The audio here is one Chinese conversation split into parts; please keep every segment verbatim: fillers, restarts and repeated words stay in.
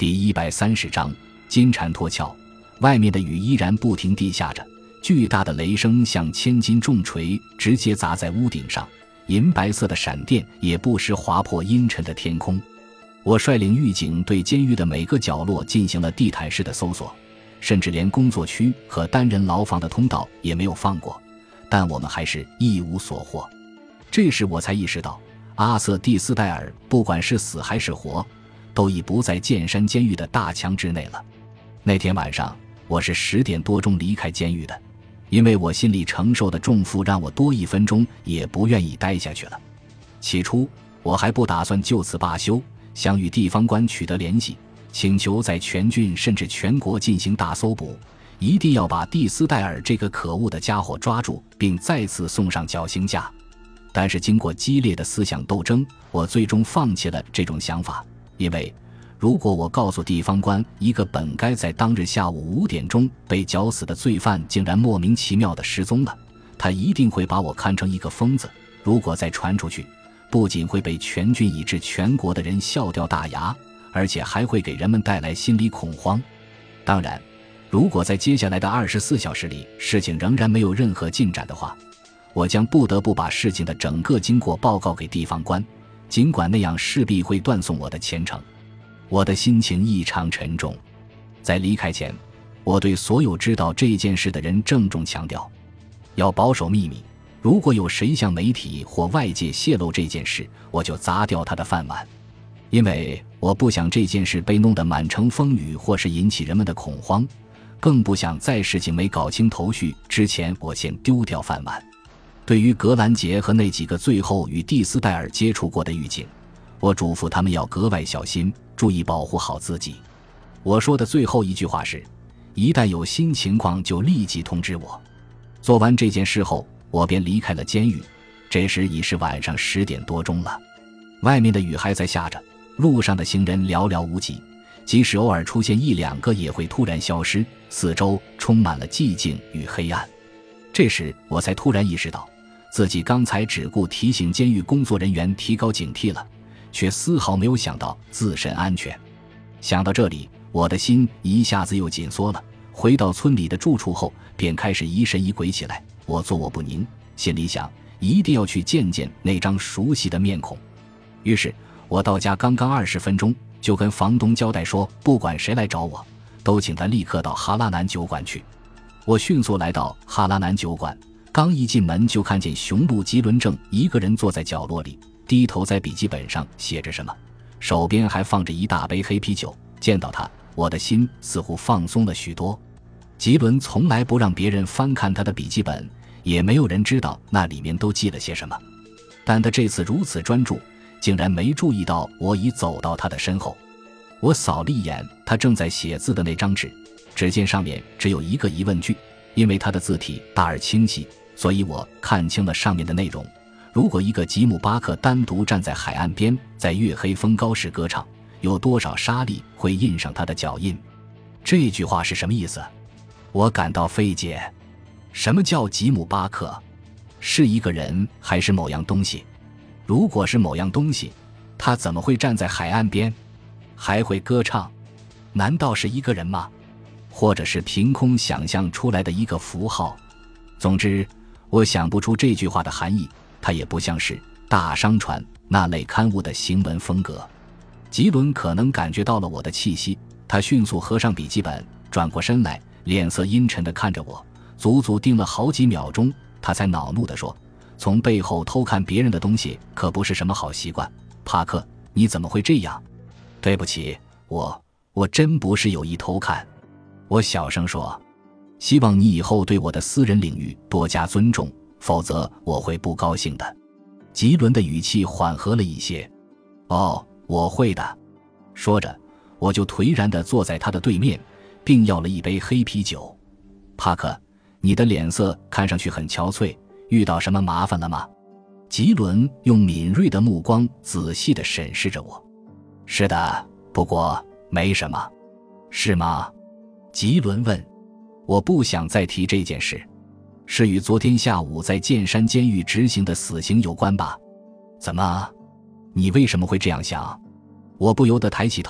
第一百三十章金蝉脱壳。外面的雨依然不停地下着，巨大的雷声像千斤重锤直接砸在屋顶上，银白色的闪电也不时划破阴沉的天空。我率领狱警对监狱的每个角落进行了地毯式的搜索，甚至连工作区和单人牢房的通道也没有放过，但我们还是一无所获。这时我才意识到，阿瑟·蒂斯戴尔不管是死还是活，都已不在剑山监狱的大墙之内了。那天晚上我是十点多钟离开监狱的，因为我心里承受的重负让我多一分钟也不愿意待下去了。起初我还不打算就此罢休，想与地方官取得联系，请求在全郡甚至全国进行大搜捕，一定要把蒂斯戴尔这个可恶的家伙抓住，并再次送上绞刑架。但是经过激烈的思想斗争，我最终放弃了这种想法，因为如果我告诉地方官一个本该在当日下午五点钟被绞死的罪犯竟然莫名其妙地失踪了，他一定会把我看成一个疯子。如果再传出去，不仅会被全郡以至全国的人笑掉大牙，而且还会给人们带来心理恐慌。当然，如果在接下来的二十四小时里事情仍然没有任何进展的话，我将不得不把事情的整个经过报告给地方官，尽管那样势必会断送我的前程。我的心情异常沉重。在离开前，我对所有知道这件事的人郑重强调，要保守秘密，如果有谁向媒体或外界泄露这件事，我就砸掉他的饭碗。因为我不想这件事被弄得满城风雨，或是引起人们的恐慌，更不想在事情没搞清头绪之前我先丢掉饭碗。对于格兰杰和那几个最后与蒂斯戴尔接触过的狱警，我嘱咐他们要格外小心，注意保护好自己。我说的最后一句话是，一旦有新情况就立即通知我。做完这件事后，我便离开了监狱，这时已是晚上十点多钟了。外面的雨还在下着，路上的行人寥寥无几，即使偶尔出现一两个也会突然消失，四周充满了寂静与黑暗。这时我才突然意识到，自己刚才只顾提醒监狱工作人员提高警惕了，却丝毫没有想到自身安全。想到这里，我的心一下子又紧缩了。回到村里的住处后，便开始疑神疑鬼起来。我坐卧不宁，心里想一定要去见见那张熟悉的面孔。于是我到家刚刚二十分钟，就跟房东交代说，不管谁来找我，都请他立刻到哈拉南酒馆去。我迅速来到哈拉南酒馆，刚一进门就看见雄鹿吉伦正一个人坐在角落里，低头在笔记本上写着什么，手边还放着一大杯黑啤酒。见到他，我的心似乎放松了许多。吉伦从来不让别人翻看他的笔记本，也没有人知道那里面都记了些什么，但他这次如此专注，竟然没注意到我已走到他的身后。我扫了一眼他正在写字的那张纸，只见上面只有一个疑问句，因为他的字体大而清晰，所以我看清了上面的内容。如果一个吉姆巴克单独站在海岸边，在月黑风高时歌唱，有多少沙粒会印上他的脚印？这句话是什么意思？我感到费解。什么叫吉姆巴克？是一个人还是某样东西？如果是某样东西，他怎么会站在海岸边，还会歌唱？难道是一个人吗？或者是凭空想象出来的一个符号？总之，我想不出这句话的含义，它也不像是大商船那类刊物的行文风格。吉伦可能感觉到了我的气息，他迅速合上笔记本，转过身来，脸色阴沉地看着我，足足盯了好几秒钟，他才恼怒地说，从背后偷看别人的东西可不是什么好习惯。帕克，你怎么会这样？对不起，我我真不是有意偷看。我小声说，希望你以后对我的私人领域多加尊重，否则我会不高兴的。吉伦的语气缓和了一些。哦，我会的。说着，我就颓然地坐在他的对面，并要了一杯黑啤酒。帕克，你的脸色看上去很憔悴，遇到什么麻烦了吗？吉伦用敏锐的目光仔细地审视着我。是的，不过没什么。是吗？吉伦问。我不想再提这件事。是与昨天下午在剑山监狱执行的死刑有关吧？怎么？你为什么会这样想？我不由得抬起头，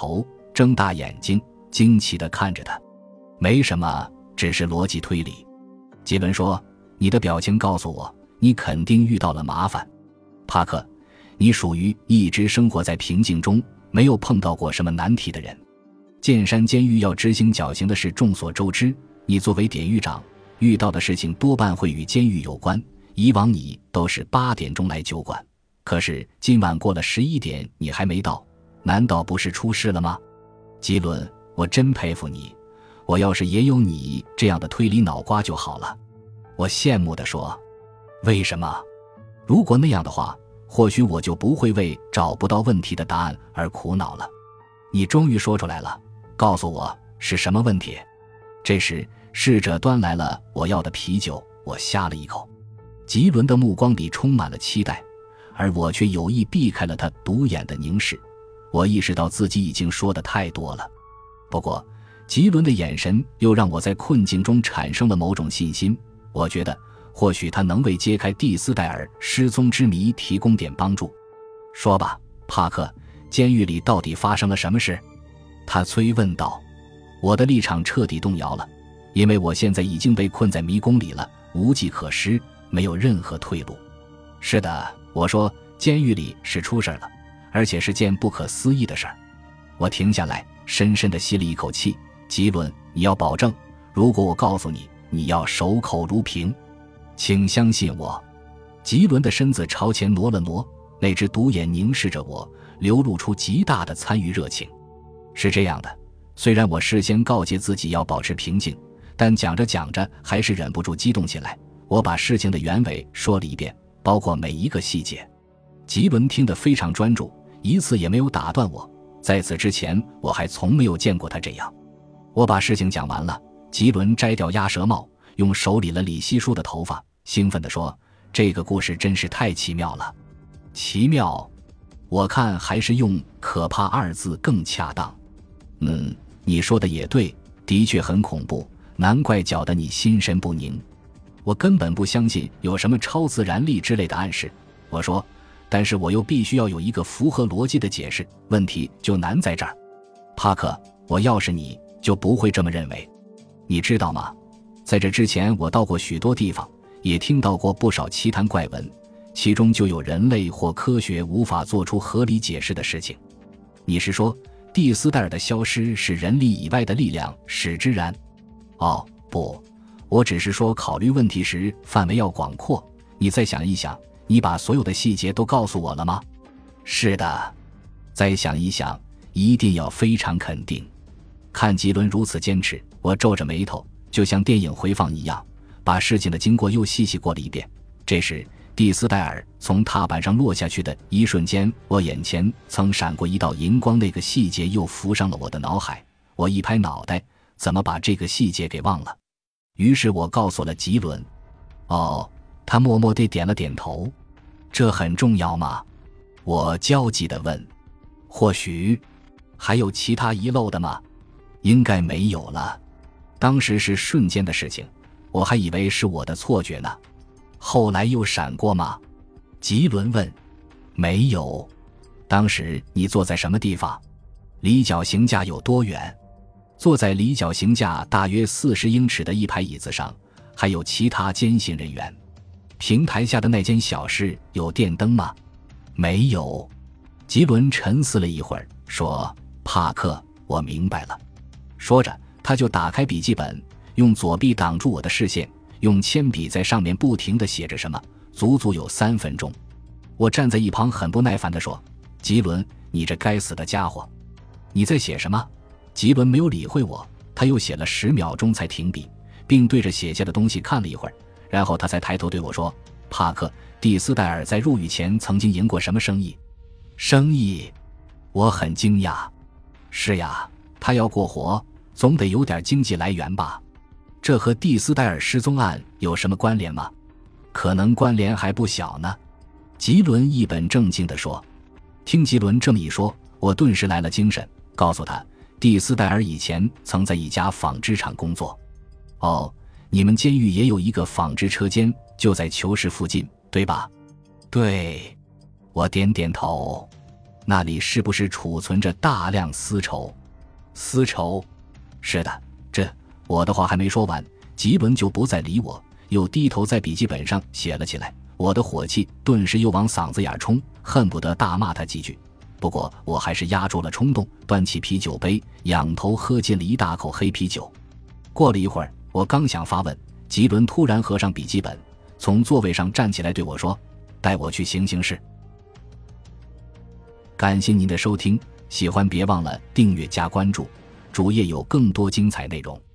睁大眼睛，惊奇地看着他。没什么，只是逻辑推理。吉伦说，你的表情告诉我，你肯定遇到了麻烦。帕克，你属于一直生活在平静中，没有碰到过什么难题的人。剑山监狱要执行绞刑的事众所周知，你作为典狱长，遇到的事情多半会与监狱有关。以往你都是八点钟来酒馆，可是今晚过了十一点你还没到，难道不是出事了吗？吉伦，我真佩服你，我要是也有你这样的推理脑瓜就好了。我羡慕地说。为什么？如果那样的话，或许我就不会为找不到问题的答案而苦恼了。你终于说出来了，告诉我是什么问题。这时侍者端来了我要的啤酒，我呷了一口。吉伦的目光里充满了期待，而我却有意避开了他独眼的凝视。我意识到自己已经说的太多了，不过吉伦的眼神又让我在困境中产生了某种信心。我觉得或许他能为揭开蒂斯戴尔失踪之谜提供点帮助。说吧，帕克，监狱里到底发生了什么事？他催问道。我的立场彻底动摇了，因为我现在已经被困在迷宫里了，无计可施，没有任何退路。是的，我说，监狱里是出事了，而且是件不可思议的事儿。我停下来，深深地吸了一口气。吉伦，你要保证，如果我告诉你，你要守口如瓶。请相信我。吉伦的身子朝前挪了挪，那只独眼凝视着我，流露出极大的参与热情。是这样的，虽然我事先告诫自己要保持平静，但讲着讲着还是忍不住激动起来。我把事情的原委说了一遍，包括每一个细节。吉伦听得非常专注，一次也没有打断我。在此之前，我还从没有见过他这样。我把事情讲完了，吉伦摘掉鸭舌帽，用手理了理稀疏的头发，兴奋地说，这个故事真是太奇妙了。奇妙？我看还是用可怕二字更恰当。嗯，你说的也对，的确很恐怖，难怪搅得你心神不宁。我根本不相信有什么超自然力之类的暗示。我说，但是我又必须要有一个符合逻辑的解释，问题就难在这儿。帕克，我要是你就不会这么认为。你知道吗？在这之前我到过许多地方，也听到过不少奇谈怪闻，其中就有人类或科学无法做出合理解释的事情。你是说蒂斯戴尔的消失是人力以外的力量使之然？哦，不，我只是说考虑问题时范围要广阔。你再想一想，你把所有的细节都告诉我了吗？是的。再想一想，一定要非常肯定。看吉伦如此坚持，我皱着眉头，就像电影回放一样，把事情的经过又细细过了一遍。这时蒂斯戴尔从踏板上落下去的一瞬间，我眼前曾闪过一道银光，那个细节又浮上了我的脑海。我一拍脑袋，怎么把这个细节给忘了？于是我告诉了吉伦。哦，他默默地点了点头。这很重要吗？我焦急地问。或许还有其他遗漏的吗？应该没有了。当时是瞬间的事情，我还以为是我的错觉呢。后来又闪过吗？吉伦问。没有。当时你坐在什么地方？离绞刑架有多远？坐在离绞刑架大约四十英尺的一排椅子上，还有其他监刑人员。平台下的那间小室有电灯吗？没有。吉伦沉思了一会儿，说，帕克，我明白了。说着他就打开笔记本，用左臂挡住我的视线，用铅笔在上面不停地写着什么，足足有三分钟。我站在一旁很不耐烦地说，吉伦，你这该死的家伙，你在写什么？吉伦没有理会我，他又写了十秒钟才停笔，并对着写下的东西看了一会儿，然后他才抬头对我说，帕克，蒂斯戴尔在入狱前曾经赢过什么生意？生意？我很惊讶。是呀，他要过活，总得有点经济来源吧？这和蒂斯戴尔失踪案有什么关联吗？可能关联还不小呢。吉伦一本正经地说。听吉伦这么一说，我顿时来了精神，告诉他，蒂斯戴尔以前曾在一家纺织厂工作。哦，你们监狱也有一个纺织车间，就在囚室附近，对吧？对。我点点头。那里是不是储存着大量丝绸？ 私仇？是的，这……我的话还没说完，吉伦就不再理我，又低头在笔记本上写了起来。我的火气顿时又往嗓子眼冲，恨不得大骂他几句。不过我还是压住了冲动，端起啤酒杯，仰头喝进了一大口黑啤酒。过了一会儿，我刚想发问，吉伦突然合上笔记本，从座位上站起来对我说：“带我去行刑室。”感谢您的收听，喜欢别忘了订阅加关注，主页有更多精彩内容。